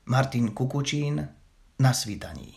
Martin Kukučín na svítaní.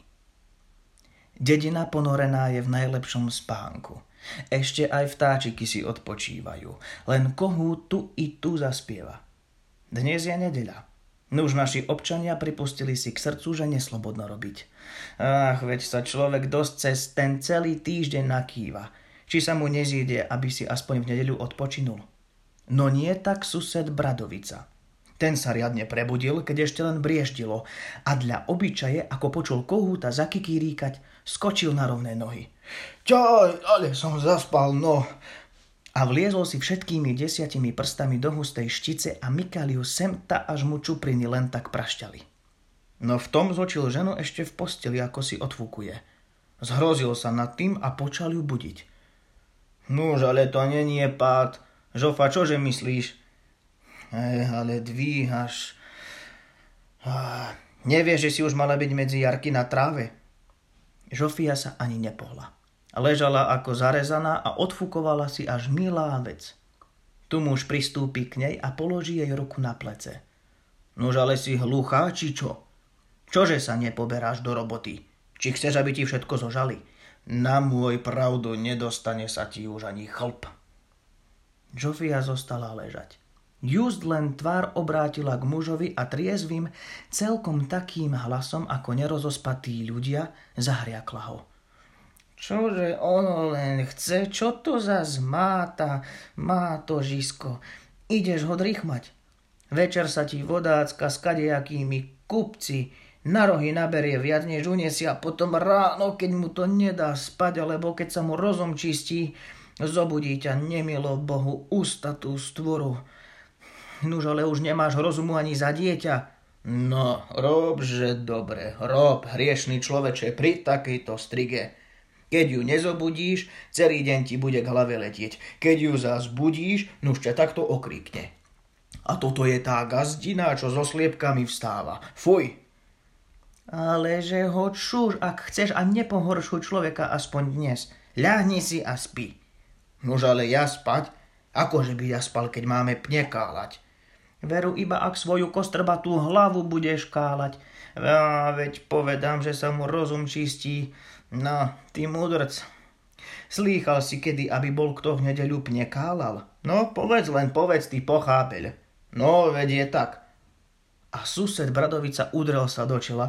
Dedina ponorená je v najlepšom spánku. Ešte aj vtáčiky si odpočívajú, len kohút tu i tu zaspieva. Dnes je nedeľa. Nuž naši občania pripustili si k srdcu, že neslobodno robiť. Ach, veď sa človek dosť cez ten celý týždeň nakýva. Či sa mu nezíde, aby si aspoň v nedeľu odpočinul. No nie tak sused Bradovica. Ten sa riadne prebudil, keď ešte len brieždilo a dla obyčaje, ako počul kohúta zakikiríkať, skočil na rovné nohy. Čaj, ale som zaspal, no. A vliezol si všetkými 10 prstami do hustej štice a mykal ju semta, až mu čupriny len tak prašťali. No v tom zočil ženu ešte v posteli, ako si odfúkuje. Zhrozil sa nad tým a počal ju budiť. Nuž, ale to není pád. Žofa, čože myslíš? Ale dvíhaš. Nevieš, že si už mala byť medzi jarky na tráve? Žofia sa ani nepohla. Ležala ako zarezaná a odfúkovala si až milá vec. Tu muž pristúpi k nej a položí jej ruku na plece. Nož ale si hluchá, či čo? Čože sa nepoberáš do roboty? Či chceš, aby ti všetko zožali? Na môj pravdu nedostane sa ti už ani chlp. Žofia zostala ležať. Just len tvár obrátila k mužovi a triezvým, celkom takým hlasom, ako nerozospatí ľudia, zahriakla ho. Čože ono len chce? Čo to zas má to žisko? Ideš ho drichmať. Večer sa ti vodácka s kadejakými kupci na rohy naberie viac, než uniesie a potom ráno, keď mu to nedá spať, alebo keď sa mu rozum čistí, zobudí ťa nemilo Bohu ústatú stvoru. Nuž, ale už nemáš rozumu ani za dieťa. No, rob, že dobre, rob, hriešný človeče, pri takejto strige. Keď ju nezobudíš, celý deň ti bude k hlave letieť. Keď ju zás budíš, nuž ťa takto okríkne. A toto je tá gazdina, čo so sliepkami vstáva. Fuj! Ale že ho čuž, ak chceš, a nepohoršuj človeka aspoň dnes. Ľahni si a spí. Nuž, ale ja spať? Akože by ja spal, keď máme pne káľať? Veru, iba ak svoju kostrbatú hlavu budeš káľať. Veď povedám, že sa mu rozum čistí. No, ty mudrc. Slýchal si kedy, aby bol kto v nedeľu pne káľal? No, povedz, ty pochápeľ. No, veď je tak. A sused Bradovica udrel sa do čela.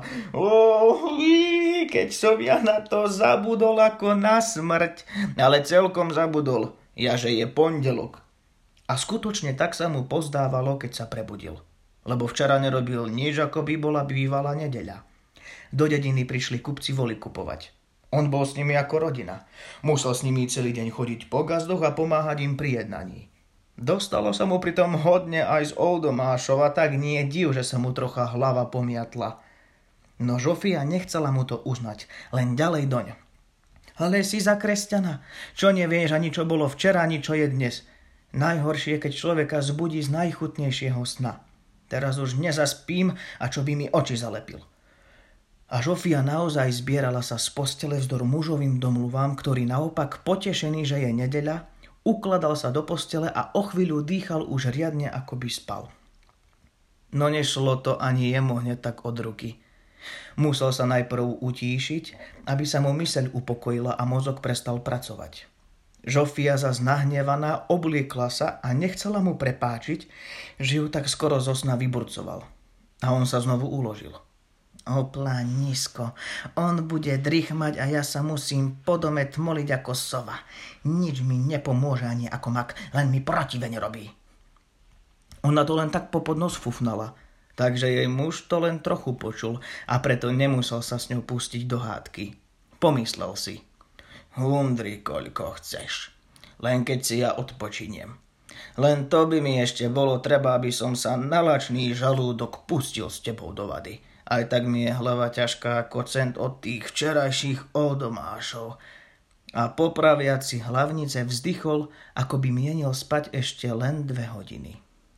Keď som ja na to zabudol ako na smrť. Ale celkom zabudol. Jaže je pondelok. A skutočne tak sa mu pozdávalo, keď sa prebudil. Lebo včera nerobil nič, ako by bola bývala nedeľa. Do dediny prišli kupci voli kupovať. On bol s nimi ako rodina. Musel s nimi celý deň chodiť po gazdoch a pomáhať im pri jednaní. Dostalo sa mu pritom hodne aj z Oldomášov a tak nie div, že sa mu trocha hlava pomiatla. No Žofia nechcela mu to uznať, len ďalej doň. Ale si za kresťana. Čo nevieš ani čo bolo včera, ani čo je dnes. Najhoršie, keď človeka zbudí z najchutnejšieho sna. Teraz už nezaspím a čo by mi oči zalepil. A Žofia naozaj zbierala sa z postele vzdor mužovým domluvám, ktorý naopak, potešený, že je nedeľa, ukladal sa do postele a o chvíľu dýchal už riadne, ako by spal. No nešlo to ani jemu hneď tak od ruky. Musel sa najprv utíšiť, aby sa mu myseľ upokojila a mozog prestal pracovať. Žofia zas nahnevaná obliekla sa a nechcela mu prepáčiť, že ju tak skoro zo sna vyburcoval. A on sa znovu uložil. Opla nízko, on bude drichmať a ja sa musím po dome tmoliť ako sova. Nič mi nepomôže ani ako mak, len mi protiveň robí. Ona to len tak popod nos fufnala, takže jej muž to len trochu počul a preto nemusel sa s ňou pustiť do hádky. Pomyslel si. Hundri, koľko chceš. Len keď si ja odpočiniem. Len to by mi ešte bolo treba, aby som sa na lačný žalúdok pustil s tebou do vady. Aj tak mi je hlava ťažká ako cent od tých včerajších Oldomášov. A popraviac si hlavnice vzdychol, ako by mienil spať ešte len 2 hodiny.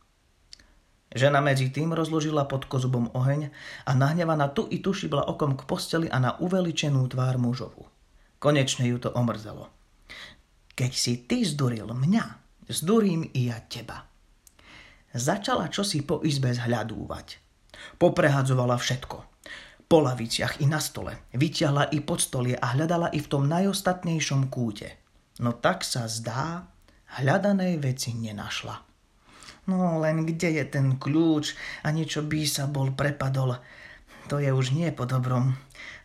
Žena medzi tým rozložila pod kozubom oheň a nahnevaná tu i tu šibla okom k posteli a na uveličenú tvár mužovu. Konečne ju to omrzelo. Keď si ty zduril mňa, zdurím i ja teba. Začala čosi po izbe zhľadúvať. Poprehadzovala všetko. Po laviciach i na stole. Vyťahla i pod stolie a hľadala i v tom najostatnejšom kúte. No tak sa zdá, hľadanej veci nenašla. No len kde je ten kľúč a niečo by sa bol prepadol. To je už nie po dobrom.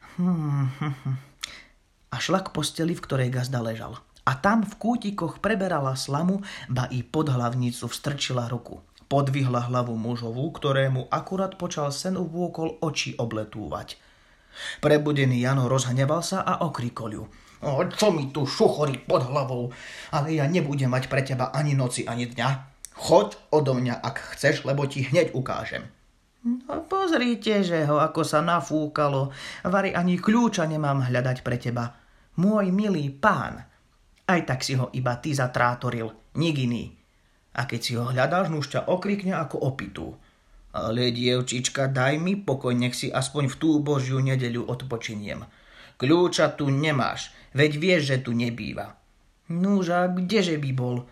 A šla k posteli, v ktorej gazda ležal. A tam v kútikoch preberala slamu, ba i pod hlavnicu vstrčila ruku. Podvihla hlavu mužovu, ktorému akurát počal sen vôkol oči obletúvať. Prebudený Jano rozhneval sa a okrikol ju. Čo mi tu šuchorí pod hlavou? Ale ja nebudem mať pre teba ani noci, ani dňa. Choď odo mňa, ak chceš, lebo ti hneď ukážem. No pozrite, že ho ako sa nafúkalo. Vari ani kľúča nemám hľadať pre teba. Môj milý pán. Aj tak si ho iba ty zatrátoril, nik iný. A keď si ho hľadáš, nuž ťa okrikne ako opitú. Ale dievčička, daj mi pokoj, nech si aspoň v tú Božiu nedeľu odpočiniem. Kľúča tu nemáš, veď vieš, že tu nebýva. Nuž a kdeže by bol?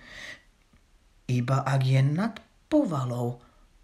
Iba ak je nad povalou.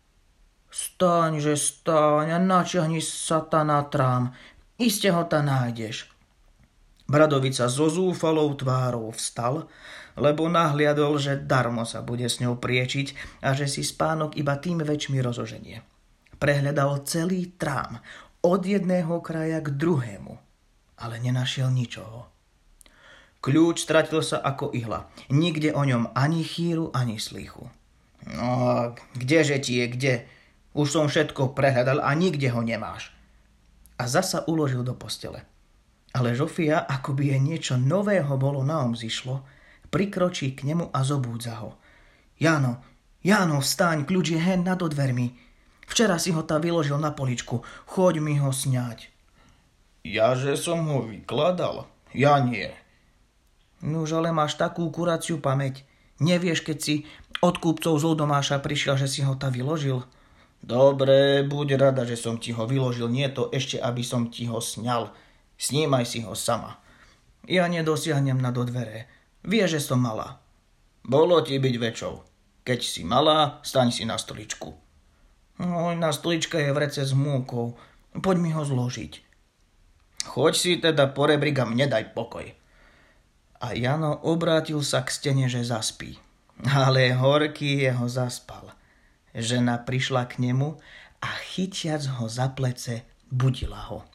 Staň a načiahni satana trám, iste ho ta nájdeš. Bradovica so zúfalou tvárou vstal, lebo nahliadol, že darmo sa bude s ňou priečiť a že si spánok iba tým väčšmi rozoženie. Prehľadal celý trám, od jedného kraja k druhému, ale nenašiel ničoho. Kľúč stratil sa ako ihla, nikde o ňom ani chýru, ani slýchu. No, kdeže ti je, kde? Už som všetko prehľadal a nikde ho nemáš. A zasa uložil do postele. Ale Žofia, ako by jej niečo nového bolo na zišlo, prikročí k nemu a zobúdza ho. Jano, vstaň, kľúč je hen nad dvermi. Včera si ho ta vyložil na poličku, choď mi ho sňať. Jaže som ho vykladal? Ja nie. Nuž, ale máš takú kuraciu pamäť. Nevieš, keď si od kúpcov z Ludomáša prišiel, že si ho ta vyložil? Dobre, buď rada, že som ti ho vyložil, nie to ešte, aby som ti ho sňal. Snímaj si ho sama. Ja nedosiahnem na do dvere. Vieš, že som malá. Bolo ti byť väčšou. Keď si malá, staň si na stoličku. No, na stoličke je vrece s múkou. Poď mi ho zložiť. Choď si teda po rebrík a mne daj pokoj. A Jano obrátil sa k stene, že zaspí. Ale horký jeho zaspal. Žena prišla k nemu a chytiac ho za plece, budila ho.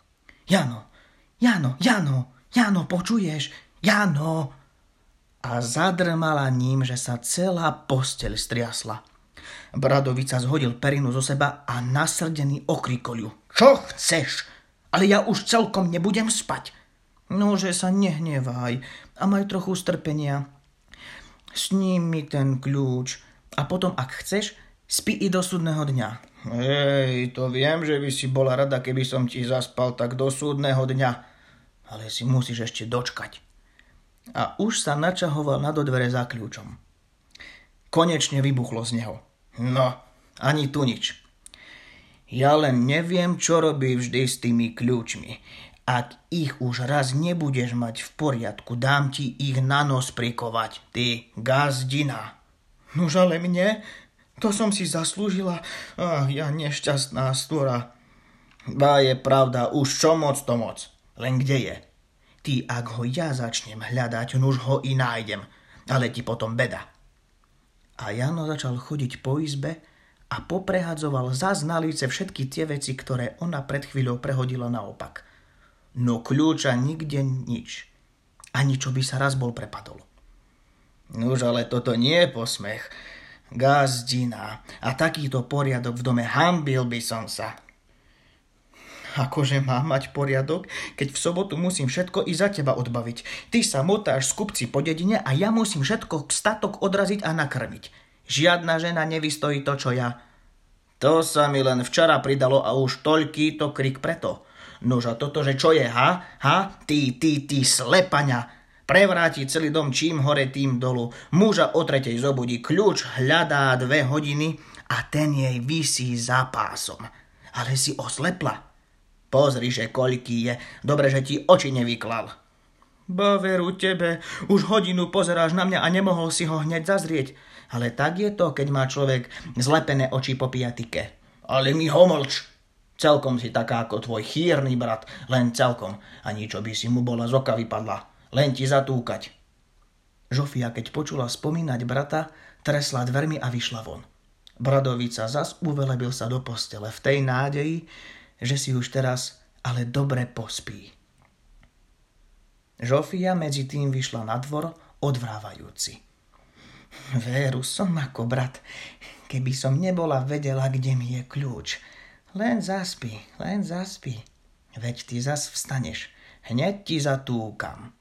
Jano, počuješ? Jano! A zadrmala ním, že sa celá posteľ striasla. Bradovica zhodil perinu zo seba a nasrdený okrikol ju. Čo chceš? Ale ja už celkom nebudem spať. Nože sa nehnevaj a maj trochu strpenia. Sním mi ten kľúč a potom, ak chceš, spí i do súdneho dňa. Hej, to viem, že by si bola rada, keby som ti zaspal tak do súdneho dňa. Ale si musíš ešte dočkať. A už sa načahoval na do dvere za kľúčom. Konečne vybuchlo z neho. No, ani tu nič. Ja len neviem, čo robí vždy s tými kľúčmi. Ak ich už raz nebudeš mať v poriadku, dám ti ich na nos prikovať, ty gazdina. Nuž ale mne? To som si zaslúžila. Ja nešťastná stvora. Ba je pravda, už čo moc to moc. Len kde je? Ty, ak ho ja začnem hľadať, nuž ho i nájdem. Ale ti potom beda. A Jano začal chodiť po izbe a poprehadzoval zas na líce všetky tie veci, ktoré ona pred chvíľou prehodila naopak. No kľúča nikde nič. Ani čo by sa raz bol prepadol. Nuž, ale toto nie je posmech. Gazdina. A takýto poriadok v dome, hanbil by som sa. Akože mám mať poriadok, keď v sobotu musím všetko i za teba odbaviť. Ty sa motáš z kupci po dedine a ja musím všetko statok odraziť a nakrmiť. Žiadna žena nevystojí to, čo ja. To sa mi len včera pridalo a už toľký to krik preto. Nož a toto, že čo je, ha? Ty slepaňa. Prevráti celý dom čím hore, tým dolu. Muža o 3:00 zobudí, kľúč hľadá 2 hodiny a ten jej visí za pásom. Ale si oslepla. Pozri, že koľký je. Dobre, že ti oči nevyklal. Ba veru tebe, už hodinu pozeráš na mňa a nemohol si ho hneď zazrieť. Ale tak je to, keď má človek zlepené oči po piatike. Ale mi ho mlč. Celkom si taká ako tvoj chýrny brat, len celkom. Ani čo by si mu bola z oka vypadla, len ti zatúkať. Žofia, keď počula spomínať brata, tresla dvermi a vyšla von. Bradavica zas uvelebil sa do postele v tej nádeji, že si už teraz ale dobre pospí. Žofia medzi tým vyšla na dvor, odvrávajúci. Veru, som ako brat, keby som nebola vedela, kde mi je kľúč. Len zaspí. Veď ty zas vstaneš, hneď ti zatúkam.